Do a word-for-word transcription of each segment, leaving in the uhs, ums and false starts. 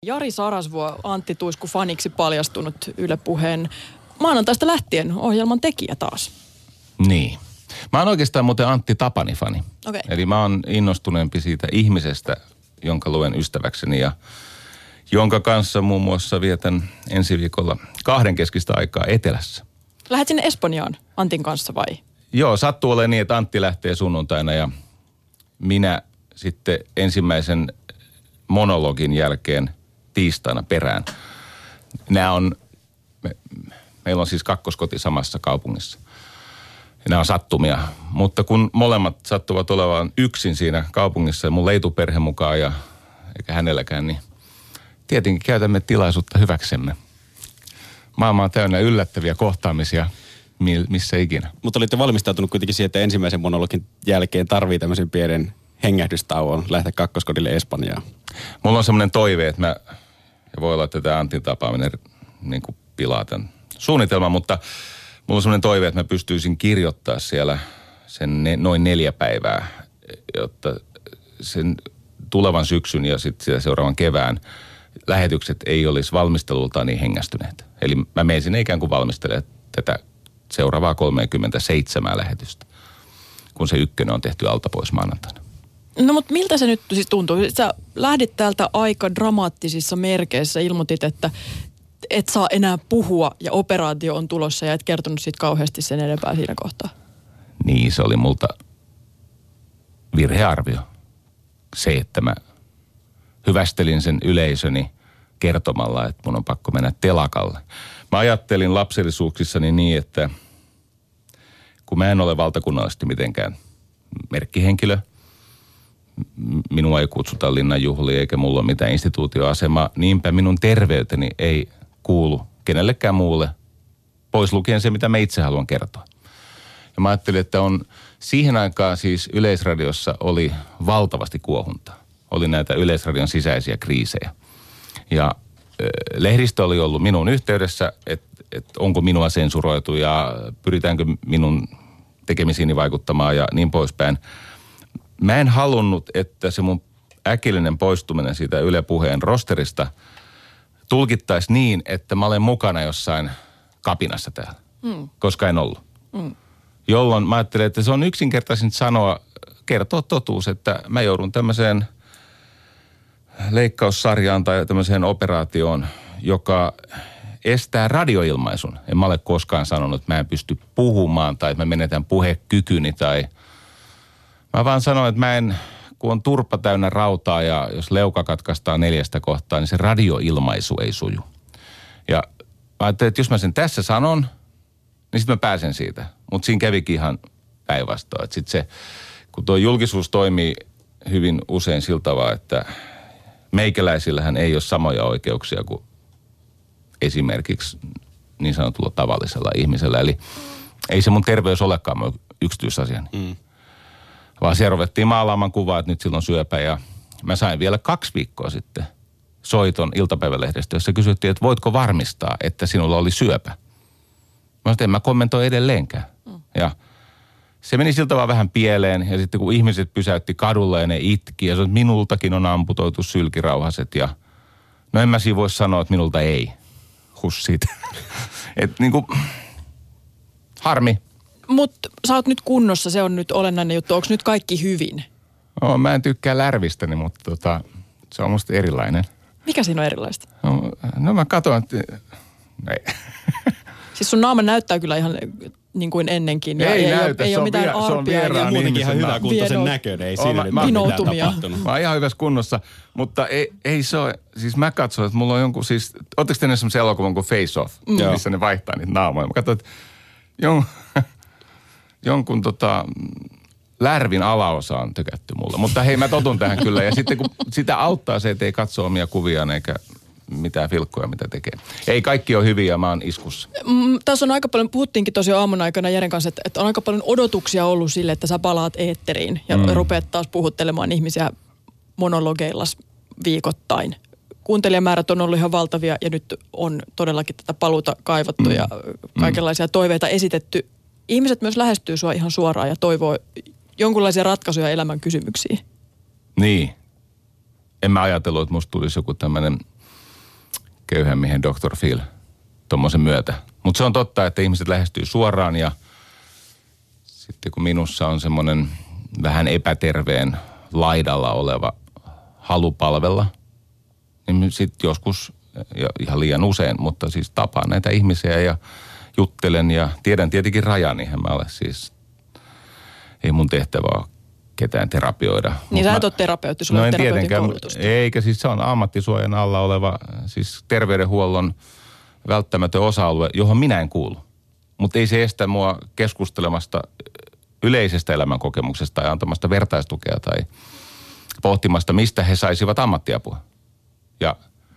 Jari Sarasvuo, Antti Tuisku faniksi paljastunut Yle Puheen maanantaista lähtien ohjelman tekijä taas. Niin. Mä oon oikeastaan muuten Antti Tapani-fani. Okay. Eli mä oon innostuneempi siitä ihmisestä, jonka luen ystäväkseni ja jonka kanssa muun muassa vietän ensi viikolla kahden keskistä aikaa etelässä. Lähdet sinne Espanjaan Antin kanssa vai? Joo, sattuu olemaan niin, että Antti lähtee sunnuntaina ja minä sitten ensimmäisen monologin jälkeen tiistaina perään. Nämä on, me, meillä on siis kakkoskoti samassa kaupungissa. Ja nämä on sattumia, mutta kun molemmat sattuvat olemaan yksin siinä kaupungissa ja mun leituperhe mukaan ja eikä hänelläkään, niin tietenkin käytämme tilaisuutta hyväksemme. Maailma on täynnä yllättäviä kohtaamisia, missä ikinä. Mutta olitte valmistautunut kuitenkin siihen, että ensimmäisen monologin jälkeen tarvii tämmöisen pienen hengähdystauon lähteä kakkoskodille Espanjaan. Mulla on semmoinen toive, että mä, ja voi olla, että tämä Antin tapaaminen niin kuin pilaa tämän suunnitelman, mutta mulla on semmoinen toive, että mä pystyisin kirjoittaa siellä sen ne, noin neljä päivää, jotta sen tulevan syksyn ja sitten sitä seuraavan kevään lähetykset ei olisi valmistelultaan niin hengästyneet. Eli mä menen sinne ikään kuin valmistelemaan tätä seuraavaa kolmekymmentäseitsemän lähetystä, kun se ykkönen on tehty alta pois maanantaina. No mutta miltä se nyt siis tuntuu? Sä lähdit täältä aika dramaattisissa merkeissä, ilmoitit, että et saa enää puhua ja operaatio on tulossa ja et kertonut siitä kauheasti sen enempää siinä kohtaa. Niin, se oli multa virhearvio. Se, että mä hyvästelin sen yleisöni kertomalla, että mun on pakko mennä telakalle. Mä ajattelin lapsellisuuksissani niin, että kun mä en ole valtakunnallisesti mitenkään merkkihenkilö, minua ei kutsuta linnanjuhliin eikä mulla ole mitään instituutioasemaa, niinpä minun terveyteni ei kuulu kenellekään muulle, pois lukien se, mitä mä itse haluan kertoa. Ja mä ajattelin, että on siihen aikaan siis Yleisradiossa oli valtavasti kuohuntaa. Oli näitä Yleisradion sisäisiä kriisejä. Ja ö, lehdistö oli ollut minun yhteydessä, että et onko minua sensuroitu ja pyritäänkö minun tekemisiini vaikuttamaan ja niin poispäin. Mä en halunnut, että se mun äkillinen poistuminen siitä Yle Puheen rosterista tulkittaisi niin, että mä olen mukana jossain kapinassa täällä, mm. koska en ollut. Mm. Jolloin mä ajattelin, että se on yksinkertaisin sanoa, kertoa totuus, että mä joudun tämmöiseen leikkaussarjaan tai tämmöiseen operaatioon, joka estää radioilmaisun. En mä ole koskaan sanonut, että mä en pysty puhumaan tai että mä menetän puhekykyni tai mä vaan sanoin, että mä en, kun on turpa täynnä rautaa ja jos leuka katkaistaan neljästä kohtaa, niin se radioilmaisu ei suju. Ja mä ajattelin, että jos mä sen tässä sanon, niin sitten mä pääsen siitä. Mutta siinä kävikin ihan päinvastoin. Että sitten se, kun tuo julkisuus toimii hyvin usein sillä tavalla, että meikäläisillähän ei ole samoja oikeuksia kuin esimerkiksi niin sanotulla tavallisella ihmisellä. Eli ei se mun terveys olekaan mun yksityisasiani. Mm. Vaan siellä ruvettiin maalaamaan kuvaa, että nyt silloin syöpä. Ja mä sain vielä kaksi viikkoa sitten soiton iltapäivälehdestä, jossa kysyttiin, että voitko varmistaa, että sinulla oli syöpä. Mä sanoin, että en mä kommentoi edelleenkään. Mm. Ja se meni siltä vaan vähän pieleen. Ja sitten kun ihmiset pysäytti kadulla ja ne itki. Ja sanoi, että minultakin on amputoitu sylkirauhaset. Ja no en mä siinä voi sanoa, että minulta ei. Hussit. Että niinku, harmi. Mutta sä oot nyt kunnossa, se on nyt olennainen juttu. Onko nyt kaikki hyvin? No, mä en tykkää lärvistäni, mutta tota, se on musta erilainen. Mikä siinä on erilaista? No, no mä katson, että ei. Siis sun naama näyttää kyllä ihan niin kuin ennenkin. Ja ei ei näytä, ole, ei se, ole on mitään vie, se on arpia. vieraan ja muutenkin ihan hyvä kuntoisen Vieno- näköinen, ei siinä nyt mitään tapahtunut. Mä oon ihan hyvässä kunnossa, mutta ei, ei se ole, siis mä katson, että mulla on jonkun siis, ootteko te semmoisen elokuvan kuin Face Off, mm. missä ne vaihtaa niitä naamoja. Mä katson, että jon, jonkun tota, lärvin alaosa on tykätty mulle, mutta hei mä totun tähän kyllä. Ja sitten kun sitä auttaa se, että ei katso omia kuviaan eikä mitään filkkoja, mitä tekee. Ei kaikki ole hyviä, mä oon iskussa. Mm, tässä on aika paljon, puhuttiinkin tosiaan aamun aikana Jeren kanssa, että, että on aika paljon odotuksia ollut sille, että sä palaat eetteriin ja mm. rupeat taas puhuttelemaan ihmisiä monologeillas viikoittain. Kuuntelijamäärät on ollut ihan valtavia ja nyt on todellakin tätä paluuta kaivattu mm. ja kaikenlaisia toiveita esitetty. Ihmiset myös lähestyy sua ihan suoraan ja toivoo jonkunlaisia ratkaisuja elämän kysymyksiin. Niin. En mä ajatellut, että musta tulisi joku tämmöinen köyhän miehen doktor Phil tommosen myötä. Mutta se on totta, että ihmiset lähestyy suoraan ja sitten kun minussa on semmoinen vähän epäterveen laidalla oleva halu palvella, niin sitten joskus, ja ihan liian usein, mutta siis tapaan näitä ihmisiä ja juttelen ja tiedän tietenkin rajan, eihän mä ole siis, ei mun tehtävä ole ketään terapioida. Niin sä et ole terapeutti, sulla no on terapeutin koulutusta. Eikä siis se on ammattisuojan alla oleva siis terveydenhuollon välttämätön osa-alue, johon minä en kuulu. Mutta ei se estä mua keskustelemasta yleisestä elämänkokemuksesta ja antamasta vertaistukea tai pohtimasta, mistä he saisivat ammattiapua. Ja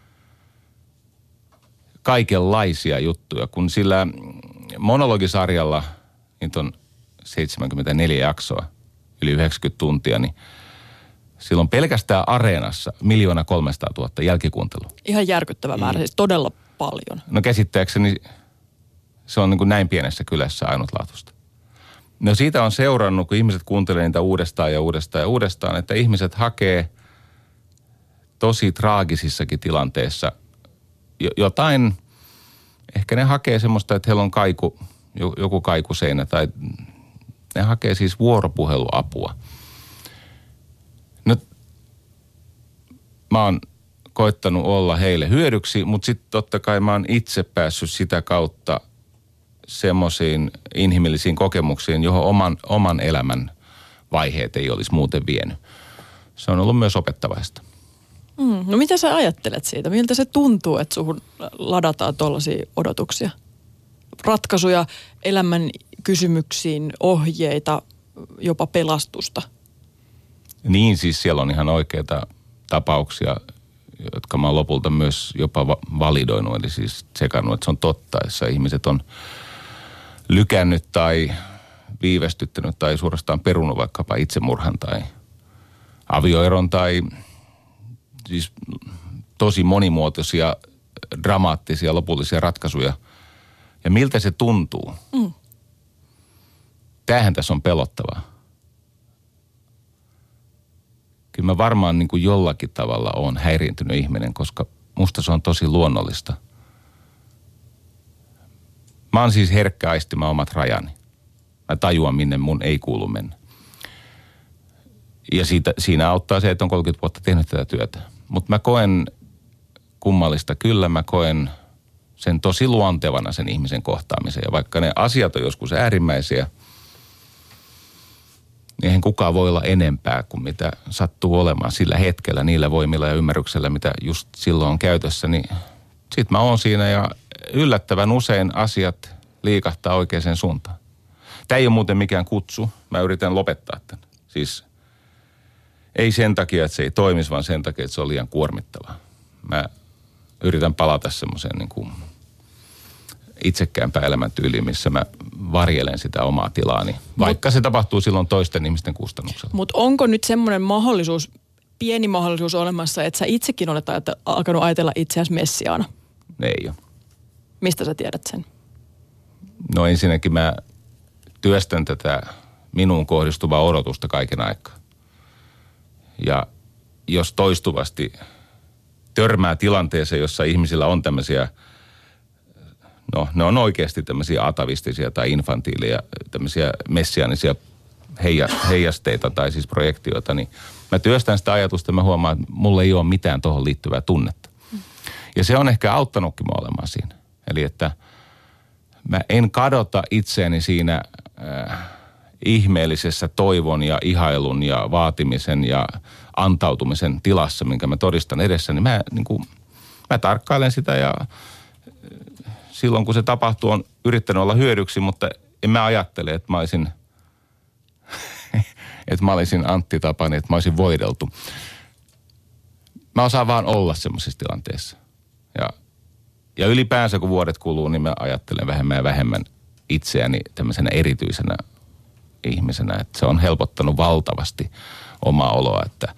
kaikenlaisia juttuja, kun sillä monologisarjalla, niitä on seitsemänkymmentäneljä jaksoa, yli yhdeksänkymmentä tuntia, niin silloin pelkästään Areenassa miljoona kolmesataa tuhatta jälkikuuntelua. Ihan järkyttävä määrä, siis todella paljon. No käsittääkseni se on niin kuin näin pienessä kylässä ainutlaatuista. No siitä on seurannut, kun ihmiset kuuntelee niitä uudestaan ja uudestaan ja uudestaan, että ihmiset hakee tosi traagisissakin tilanteissa jotain, ehkä ne hakee semmoista, että heillä on kaiku, joku kaikuseinä tai ne hakee siis vuoropuheluapua. No, mä oon koittanut olla heille hyödyksi, mutta sitten totta kai mä oon itse päässyt sitä kautta semmoisiin inhimillisiin kokemuksiin, johon oman, oman elämän vaiheet ei olisi muuten vienyt. Se on ollut myös opettavaista. Mm, no mitä sä ajattelet siitä? Miltä se tuntuu, että suhun ladataan tollaisia odotuksia? Ratkaisuja elämän kysymyksiin, ohjeita, jopa pelastusta. Niin, siis siellä on ihan oikeita tapauksia, jotka mä oon lopulta myös jopa validoinut, eli siis tsekannut, että se on totta, jossa ihmiset on lykännyt tai viivästyttänyt tai suorastaan perunut vaikkapa itsemurhan tai avioeron tai siis tosi monimuotoisia, dramaattisia, lopullisia ratkaisuja. Ja miltä se tuntuu? Mm. Tämähän tässä on pelottavaa. Kyllä mä varmaan niin kuin jollakin tavalla olen häiriintynyt ihminen, koska musta se on tosi luonnollista. Mä oon siis herkkä aistimaan omat rajani. Mä tajuan, minne mun ei kuulu mennä. Ja siitä, siinä auttaa se, että on kolmekymmentä vuotta tehnyt tätä työtä. Mutta mä koen kummallista, kyllä mä koen sen tosi luontevana sen ihmisen kohtaamisen. Ja vaikka ne asiat on joskus äärimmäisiä, niin eihän kukaan voi olla enempää kuin mitä sattuu olemaan sillä hetkellä, niillä voimilla ja ymmärryksellä, mitä just silloin on käytössä. Niin sit mä oon siinä ja yllättävän usein asiat liikahtaa oikeaan suuntaan. Tämä ei ole muuten mikään kutsu. Mä yritän lopettaa tämän. Siis ei sen takia, että se ei toimisi, vaan sen takia, että se on liian kuormittavaa. Mä yritän palata semmoiseen niin kuin itsekäämpään elämäntyyliin, missä mä varjelen sitä omaa tilaani, vaikka mut, se tapahtuu silloin toisten ihmisten kustannuksella. Mutta onko nyt semmoinen mahdollisuus, pieni mahdollisuus olemassa, että sä itsekin olet ajat- alkanut ajatella itseäsi messiaana? Ei ole. Mistä sä tiedät sen? No ensinnäkin mä työstän tätä minuun kohdistuvaa odotusta kaiken aikaa. Ja jos toistuvasti törmää tilanteeseen, jossa ihmisillä on tämmöisiä, no ne on oikeasti tämmöisiä atavistisia tai infantiileja, tämmöisiä messiaanisia heija, heijasteita tai siis projektioita, niin mä työstän sitä ajatusta ja mä huomaan, että mulla ei ole mitään tuohon liittyvää tunnetta. Ja se on ehkä auttanutkin mua olemaan siinä. Eli että mä en kadota itseäni siinä äh, ihmeellisessä toivon ja ihailun ja vaatimisen ja antautumisen tilassa, minkä mä todistan edessä, niin mä, niin kuin, mä tarkkailen sitä ja silloin kun se tapahtuu on yrittänyt olla hyödyksi, mutta en mä ajattele, että mä olisin, että mä olisin Antti Tapani, että mä olisin voideltu. Mä osaan vaan olla semmoisessa tilanteessa. Ja, ja ylipäänsä kun vuodet kuluu, niin mä ajattelen vähemmän ja vähemmän itseäni tämmöisenä erityisenä ihmisenä, että se on helpottanut valtavasti omaa oloa, että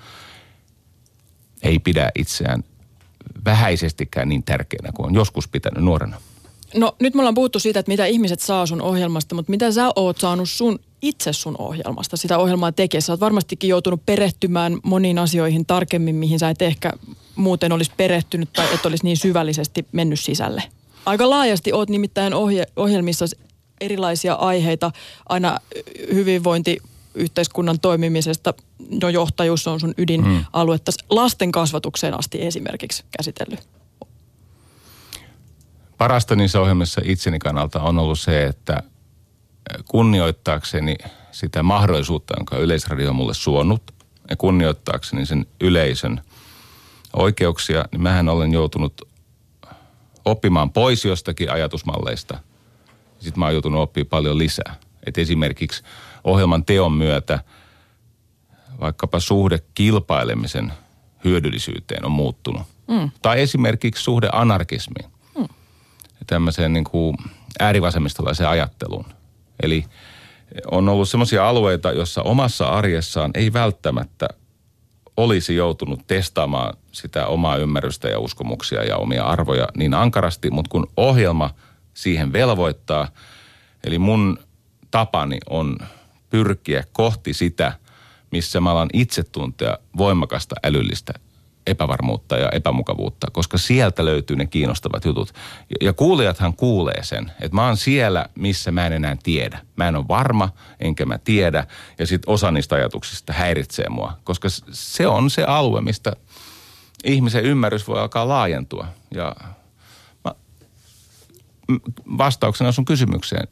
ei pidä itseään vähäisestikään niin tärkeänä kuin on joskus pitänyt nuorena. No nyt me ollaan puhuttu siitä, että mitä ihmiset saa sun ohjelmasta, mutta mitä sä oot saanut sun itse sun ohjelmasta, sitä ohjelmaa tekee. Sä oot varmastikin joutunut perehtymään moniin asioihin tarkemmin, mihin sä et ehkä muuten olisi perehtynyt tai et olisi niin syvällisesti mennyt sisälle. Aika laajasti oot nimittäin ohje, ohjelmissa erilaisia aiheita, aina hyvinvointiyhteiskunnan toimimisesta, no johtajuus on sun ydinaluetta, hmm. lasten kasvatukseen asti esimerkiksi käsitellyt. Parasta niissä ohjelmissa itseni kannalta on ollut se, että kunnioittaakseni sitä mahdollisuutta, jonka Yleisradio on mulle suonut, ja kunnioittaakseni sen yleisön oikeuksia, niin mähän olen joutunut oppimaan pois jostakin ajatusmalleista. Sitten mä oon joutunut oppimaan paljon lisää. Et esimerkiksi ohjelman teon myötä vaikkapa suhde kilpailemisen hyödyllisyyteen on muuttunut. Mm. Tai esimerkiksi suhde anarkismiin. Mm. Tämmöiseen niin kuin äärivasemmistolaiseen ajatteluun. Eli on ollut semmoisia alueita, jossa omassa arjessaan ei välttämättä olisi joutunut testaamaan sitä omaa ymmärrystä ja uskomuksia ja omia arvoja niin ankarasti, mutta kun ohjelma siihen velvoittaa, eli mun tapani on pyrkiä kohti sitä, missä mä alan itse tuntea voimakasta älyllistä epävarmuutta ja epämukavuutta, koska sieltä löytyy ne kiinnostavat jutut. Ja kuulijathan kuulee sen, että mä oon siellä, missä mä en enää tiedä. Mä en ole varma, enkä mä tiedä, ja sitten osa niistä ajatuksista häiritsee mua, koska se on se alue, mistä ihmisen ymmärrys voi alkaa laajentua. Ja mä, vastauksena sun kysymykseen,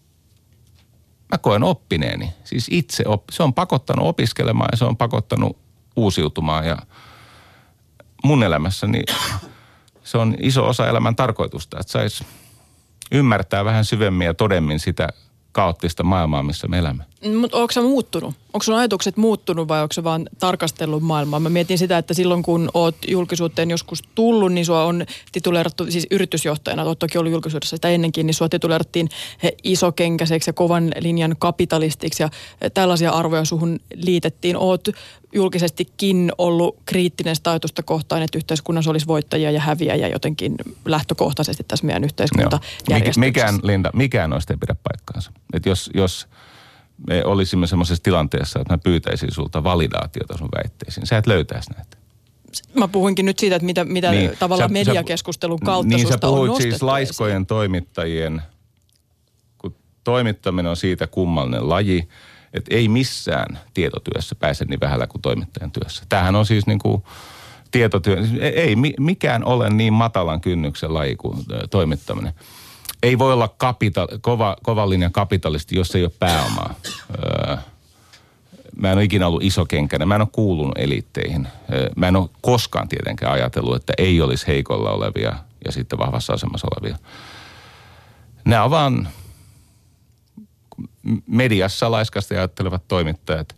mä koen oppineeni, siis itse oppi. Se on pakottanut opiskelemaan ja se on pakottanut uusiutumaan ja mun elämässäni se on iso osa elämän tarkoitusta, että saisi ymmärtää vähän syvemmin ja todemmin sitä kaoottista maailmaa, missä me elämme. Mutta onko sä muuttunut? Onko sun ajatukset muuttunut vai onko sä vaan tarkastellut maailmaa? Mä mietin sitä, että silloin kun oot julkisuuteen joskus tullut, niin sua on tituleerattu, siis yritysjohtajana, oot toki ollut julkisuudessa sitä ennenkin, niin sua tituleerattiin isokenkäiseksi ja kovan linjan kapitalistiksi ja tällaisia arvoja suhun liitettiin. Oot julkisestikin ollut kriittinen sitä ajatusta kohtaan, että yhteiskunnassa olisi voittajia ja häviäjiä jotenkin lähtökohtaisesti tässä meidän yhteiskuntajärjestyksessä. Mikään, Linda, mikään noista ei pidä paikkaansa. Että jos, jos me olisimme semmoisessa tilanteessa, että mä pyytäisin sulta validaatiota sun väitteisiin, sä et löytäisi näitä. Mä puhuinkin nyt siitä, että mitä, mitä niin, tavallaan sä, mediakeskustelun kautta niin, susta on nostettu. Niin sä puhuit siis laiskojen esiin. Toimittajien, kun toimittaminen on siitä kummallinen laji, että ei missään tietotyössä pääse niin vähällä kuin toimittajan työssä. Tämähän on siis niin kuin tietotyö, ei mikään ole niin matalan kynnyksen laji kuin toimittaminen. Ei voi olla kapita- kova, kovan linjan kapitalisti, jos ei ole pääomaa. Öö, mä en ole ikinä ollut isokenkäinen, mä en ole kuulunut eliitteihin. Öö, mä en ole koskaan tietenkään ajatellut, että ei olisi heikolla olevia ja sitten vahvassa asemassa olevia. Nämä on vaan mediassa laiskasti ajattelevat toimittajat.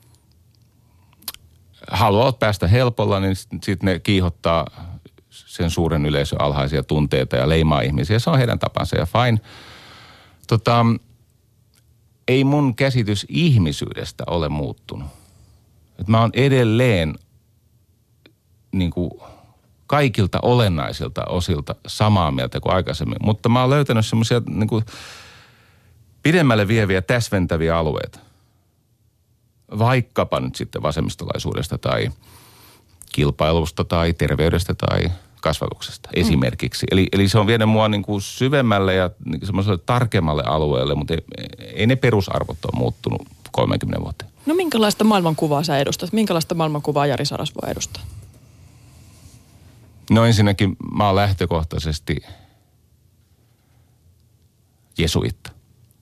Haluavat päästä helpolla, niin sitten ne kiihottaa sen suuren yleisön alhaisia tunteita ja leimaa ihmisiä. Se on heidän tapansa ja fine. Tota, ei mun käsitys ihmisyydestä ole muuttunut. Et mä oon edelleen niin kuin kaikilta olennaisilta osilta samaa mieltä kuin aikaisemmin. Mutta mä oon löytänyt semmoisia niin kuin pidemmälle vieviä täsventäviä alueita. Vaikkapa nyt sitten vasemmistolaisuudesta tai kilpailusta tai terveydestä tai kasvatuksesta mm. esimerkiksi. Eli, eli se on vienyt mua niin kuin syvemmälle ja niin semmoiselle tarkemmalle alueelle, mutta ei, ei ne perusarvot ole muuttunut kolmekymmentä vuoteen. No minkälaista maailmankuvaa sä edustat? Minkälaista maailmankuvaa Jari Sarasvuo edustaa? No ensinnäkin mä oon lähtökohtaisesti jesuitta.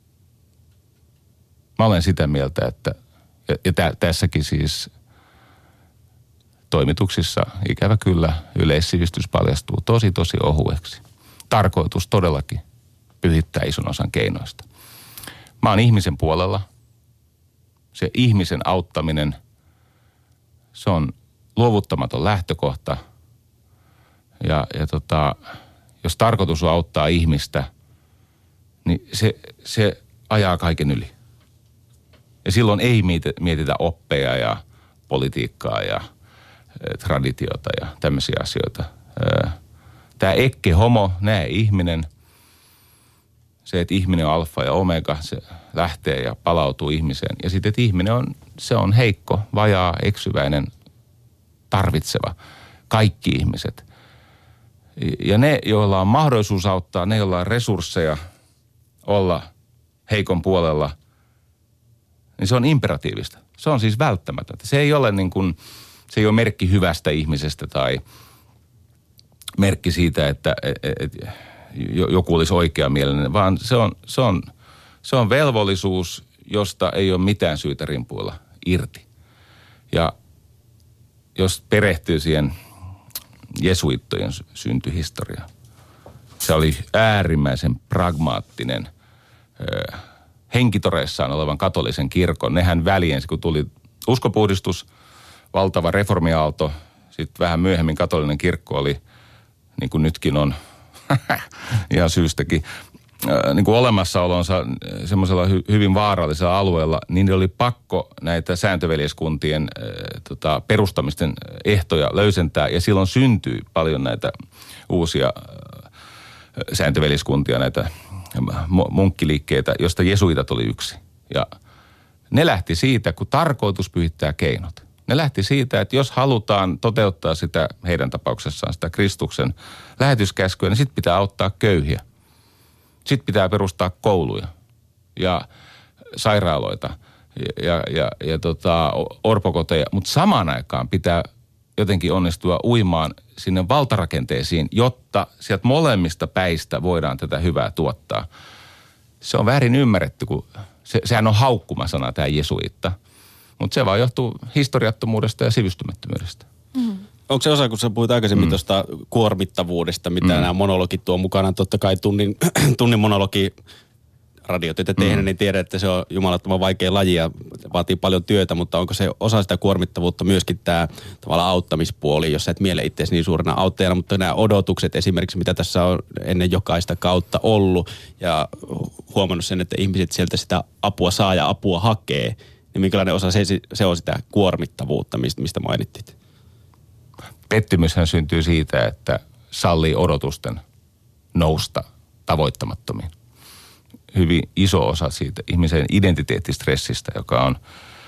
Mä olen sitä mieltä, että ja, ja tä, tässäkin siis toimituksissa ikävä kyllä yleissivistys paljastuu tosi tosi ohueksi. Tarkoitus todellakin pyhittää ison osan keinoista. Mä oon ihmisen puolella. Se ihmisen auttaminen, se on luovuttamaton lähtökohta. Ja, ja tota, jos tarkoitus on auttaa ihmistä, niin se, se ajaa kaiken yli. Ja silloin ei mietitä oppeja ja politiikkaa ja traditiota ja tämmöisiä asioita. Tämä ikke homo, näe ihminen, se, että ihminen on alfa ja omega, se lähtee ja palautuu ihmiseen. Ja sitten, että ihminen on, se on heikko, vajaa, eksyväinen, tarvitseva. kaikki ihmiset. Ja ne, joilla on mahdollisuus auttaa, ne, joilla on resursseja olla heikon puolella, niin se on imperatiivista. Se on siis välttämätöntä. Se ei ole niin kuin, se ei ole merkki hyvästä ihmisestä tai merkki siitä, että et, et, joku olisi oikeamielinen, vaan se on, se on, se on velvollisuus, josta ei ole mitään syytä rimpuilla irti. Ja jos perehtyy siihen jesuittojen syntyhistoriaan, se oli äärimmäisen pragmaattinen ö, henkitoreissaan olevan katolisen kirkon. Nehän väliensi, kun tuli uskopuhdistus, valtava reformiaalto, sitten vähän myöhemmin katolinen kirkko oli, niin kuin nytkin on, ihan syystäkin, niin kuin olemassaolonsa semmoisella hy, hyvin vaarallisella alueella, niin oli pakko näitä sääntöveljeskuntien äh, tota, perustamisten ehtoja löysentää. Ja silloin syntyi paljon näitä uusia äh, sääntöveljeskuntia, näitä munkkiliikkeitä, josta jesuitat oli yksi. Ja ne lähti siitä, kun tarkoitus pyhittää keinot. Ne lähti siitä, että jos halutaan toteuttaa sitä, heidän tapauksessaan sitä Kristuksen lähetyskäskyä, niin sitten pitää auttaa köyhiä. Sitten pitää perustaa kouluja ja sairaaloita ja, ja, ja, ja tota, orpokoteja, mutta samaan aikaan pitää jotenkin onnistua uimaan sinne valtarakenteisiin, jotta sieltä molemmista päistä voidaan tätä hyvää tuottaa. Se on väärin ymmärretty, kun se, sehän on haukkumasana tämä jesuitta, mutta se vaan johtuu historiattomuudesta ja sivistymättömyydestä. Mm. Onko se osa, kun sä puhuit aikaisemmin mm. tuosta kuormittavuudesta, mitä mm. nämä monologit tuo mukana, totta kai tunnin, tunnin monologi radiotyötä tehdä, mm. niin tiedät, että se on jumalattoman vaikea laji ja vaatii paljon työtä, mutta onko se osa sitä kuormittavuutta myöskin tämä tavallaan auttamispuoli, jos sä et miele itseäsi niin suurena auttajana, mutta nämä odotukset esimerkiksi, mitä tässä on ennen jokaista kautta ollut ja huomannut sen, että ihmiset sieltä sitä apua saa ja apua hakee, niin minkälainen osa se, se on sitä kuormittavuutta, mistä, mistä mainittit? Pettymyshän syntyy siitä, että sallii odotusten nousta tavoittamattomiin. Hyvin iso osa siitä ihmisen identiteettistressistä, joka on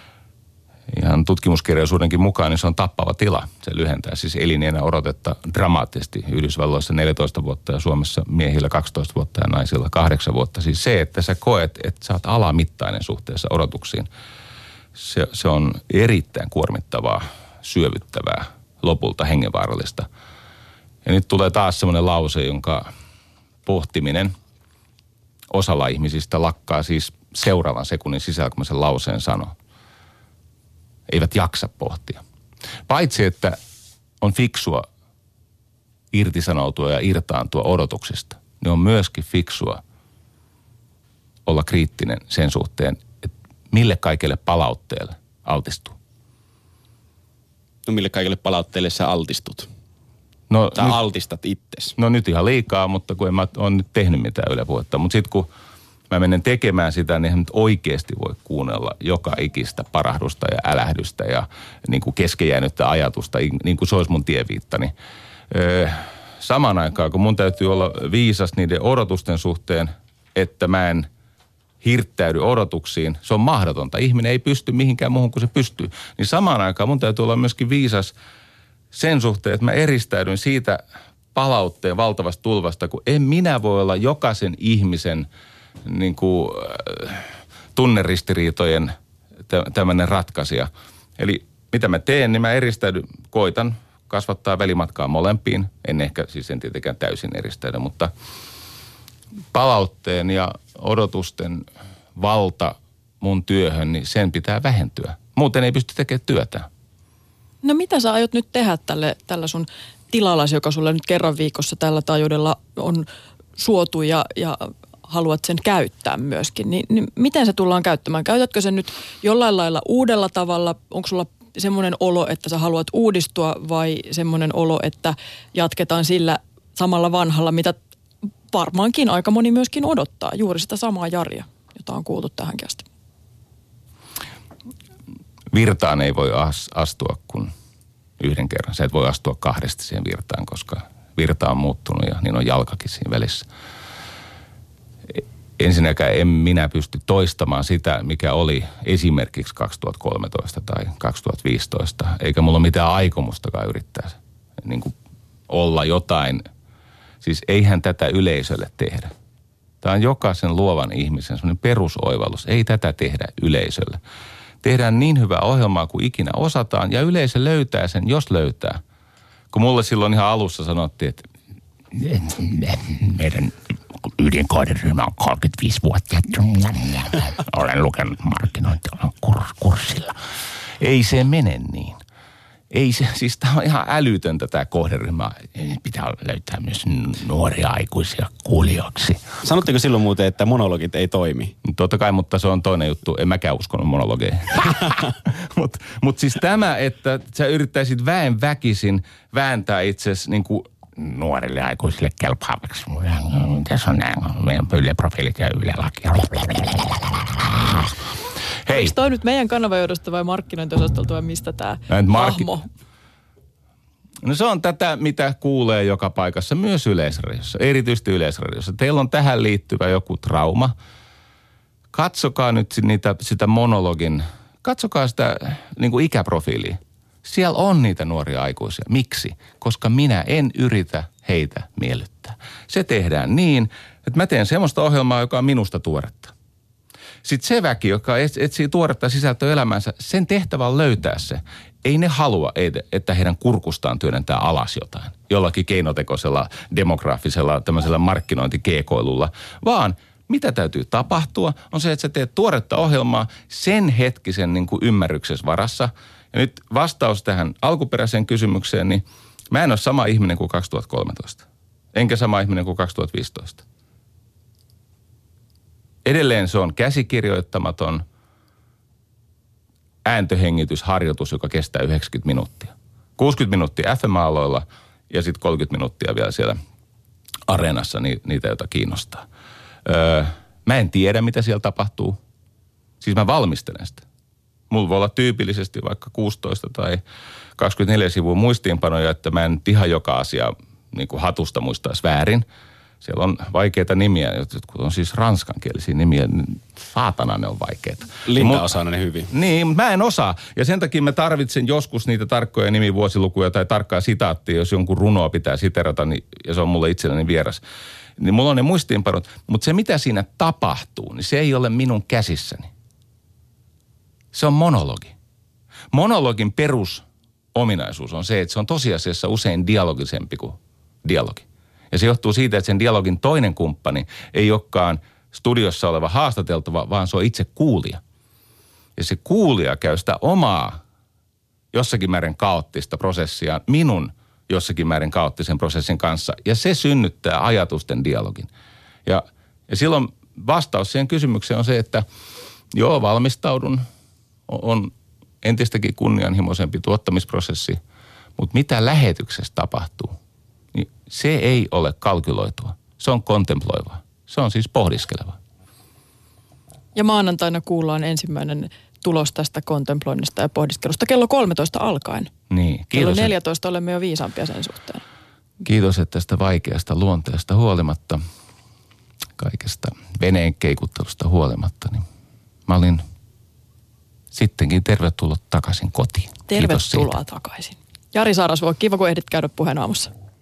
ihan tutkimuskirjallisuudenkin mukaan, niin se on tappava tila. Se lyhentää siis eliniänä odotetta dramaattisesti. Yhdysvalloissa neljätoista vuotta ja Suomessa miehillä kaksitoista vuotta ja naisilla kahdeksan vuotta. Siis se, että sä koet, että sä oot alamittainen suhteessa odotuksiin, se, se on erittäin kuormittavaa, syövyttävää, lopulta hengenvaarallista. Ja nyt tulee taas semmoinen lause, jonka pohtiminen osalla ihmisistä lakkaa siis seuraavan sekunnin sisällä, kun mä sen lauseen sanon. Eivät jaksa pohtia. Paitsi, että on fiksua irtisanoutua ja irtaantua odotuksista, niin on myöskin fiksua olla kriittinen sen suhteen, että mille kaikelle palautteelle altistuu. No mille kaikille palautteille sä altistut? No, tai nyt, altistat itsesi? No nyt ihan liikaa, mutta kun en mä ole nyt tehnyt mitään Yle Puhetta. Mutta sitten kun mä menen tekemään sitä, niin nyt oikeasti voi kuunnella joka ikistä parahdusta ja älähdystä ja niin kuin keskejäänyttä ajatusta, niin kuin se olisi mun tieviittani. Öö, samaan aikaan, kun mun täytyy olla viisas niiden odotusten suhteen, että mä en hirttäydy odotuksiin, se on mahdotonta. Ihminen ei pysty mihinkään muuhun kuin se pystyy. Niin samaan aikaan mun täytyy olla myöskin viisas sen suhteen, että mä eristäydyn siitä palautteen valtavasta tulvasta, kun en minä voi olla jokaisen ihmisen niin kuin, äh, tunneristiriitojen tämmöinen ratkaisija. Eli mitä mä teen, niin mä eristäydyn, koitan kasvattaa välimatkaa molempiin. En ehkä, siis en tietenkään täysin eristäydy, mutta palautteen ja odotusten valta mun työhön, niin sen pitää vähentyä. Muuten ei pysty tekemään työtä. No mitä sä aiot nyt tehdä tälle, tällä sun tilallasi, joka sulle nyt kerran viikossa tällä taajuudella on suotu ja, ja haluat sen käyttää myöskin, niin, niin miten se tullaan käyttämään? Käytätkö sen nyt jollain lailla uudella tavalla? Onko sulla semmoinen olo, että sä haluat uudistua vai semmoinen olo, että jatketaan sillä samalla vanhalla, mitä varmaankin aika moni myöskin odottaa, juuri sitä samaa Jaria, jota on kuultu tähänkin asti? Virtaan ei voi astua kuin yhden kerran. Sä et voi astua kahdesti siihen virtaan, koska virta on muuttunut ja niin on jalkakin siinä välissä. Ensinnäkään en minä pysty toistamaan sitä, mikä oli esimerkiksi kaksituhattakolmetoista tai kaksituhattaviisitoista, eikä mulla ole mitään aikomustakaan yrittää niin kuin olla jotain. Siis eihän tätä yleisölle tehdä. Tämä on jokaisen luovan ihmisen semmoinen perusoivallus. Ei tätä tehdä yleisölle. Tehdään niin hyvää ohjelmaa kuin ikinä osataan ja yleisö löytää sen, jos löytää. Kun mulle silloin ihan alussa sanottiin, että meidän ydinkohderyhmä on kolmekymmentäviisi vuotta. Olen lukenut markkinointialan kurssilla. Ei se mene niin. Ei se, siis tämä on ihan älytöntä tämä kohderyhmä. Pitää löytää myös nuoria aikuisia kuulijoiksi. Sanotteko silloin muuten, että monologit ei toimi? Totta kai, mutta se on toinen juttu. En mäkään uskonut monologeihin. Mutta mut siis tämä, että sä yrittäisit väen väkisin vääntää itsesi niin kuin nuorille aikuisille kelpaavaksi. Tässä on nämä meidän Yle profiilit ja Yle laki. Hei. Eikö toi nyt meidän kanavajohdosta vai markkinointiosastolta vai mistä tämä markki- hahmo? No se on tätä, mitä kuulee joka paikassa, myös Yleisradiossa, erityisesti Yleisradiossa. Teillä on tähän liittyvä joku trauma. Katsokaa nyt niitä, sitä monologin, katsokaa sitä niin kuin ikäprofiilia. Siellä on niitä nuoria aikuisia. Miksi? Koska minä en yritä heitä miellyttää. Se tehdään niin, että mä teen semmoista ohjelmaa, joka on minusta tuoretta. Sitten se väki, joka etsii tuoretta sisältöä elämänsä, sen tehtävä on löytää se. Ei ne halua, että heidän kurkustaan työnnetään alas jotain. Jollakin keinotekoisella, demograafisella, tämmöisellä markkinointikeekoilulla. Vaan mitä täytyy tapahtua, on se, että sä teet tuoretta ohjelmaa sen hetkisen niin kuin ymmärryksessä varassa. Ja nyt vastaus tähän alkuperäiseen kysymykseen, niin mä en ole sama ihminen kuin kaksituhattakolmetoista. Enkä sama ihminen kuin kaksituhattaviisitoista. Edelleen se on käsikirjoittamaton ääntöhengitysharjoitus, joka kestää yhdeksänkymmentä minuuttia. kuusikymmentä minuuttia F M-aloilla ja sitten kolmekymmentä minuuttia vielä siellä areenassa niitä, joita kiinnostaa. Öö, mä en tiedä, mitä siellä tapahtuu. Siis mä valmistelen sitä. Mulla voi olla tyypillisesti vaikka kuusitoista tai kaksikymmentäneljä sivua muistiinpanoja, että mä en ihan joka asia niin kuin hatusta muistaisi väärin. Siellä on vaikeita nimiä, jotka on siis ranskankielisiä nimiä, niin saatana ne on vaikeita. Linda osaa ne hyvin. Niin, mutta mä en osaa. Ja sen takia mä tarvitsen joskus niitä tarkkoja nimivuosilukuja tai tarkkaa sitaattia, jos jonkun runoa pitää siterata, niin, ja se on mulle itselleni vieras. Niin mulla on ne muistiinpanot, mutta se mitä siinä tapahtuu, niin se ei ole minun käsissäni. Se on monologi. Monologin perusominaisuus on se, että se on tosiasiassa usein dialogisempi kuin dialogi. Ja se johtuu siitä, että sen dialogin toinen kumppani ei olekaan studiossa oleva haastateltava, vaan se on itse kuulija. Ja se kuulija käy sitä omaa jossakin määrin kaoottista prosessia minun jossakin määrin kaoottisen prosessin kanssa. Ja se synnyttää ajatusten dialogin. Ja, ja silloin vastaus siihen kysymykseen on se, että joo, valmistaudun, on entistäkin kunnianhimoisempi tuottamisprosessi, mutta mitä lähetyksessä tapahtuu? Niin se ei ole kalkyloitua. Se on kontemploivaa. Se on siis pohdiskelevaa. Ja maanantaina kuullaan ensimmäinen tulos tästä kontemploinnista ja pohdiskelusta kello kolmetoista alkaen. Niin, kiitos. Kello neljätoista olemme jo viisaampia sen suhteen. Kiitos, että tästä vaikeasta luonteesta huolimatta, kaikesta veneen keikuttelusta huolimatta, niin mä olin sittenkin tervetullut takaisin kotiin. Tervetuloa takaisin. Jari Saarasvuo, kiva kun ehdit käydä Puheen aamussa.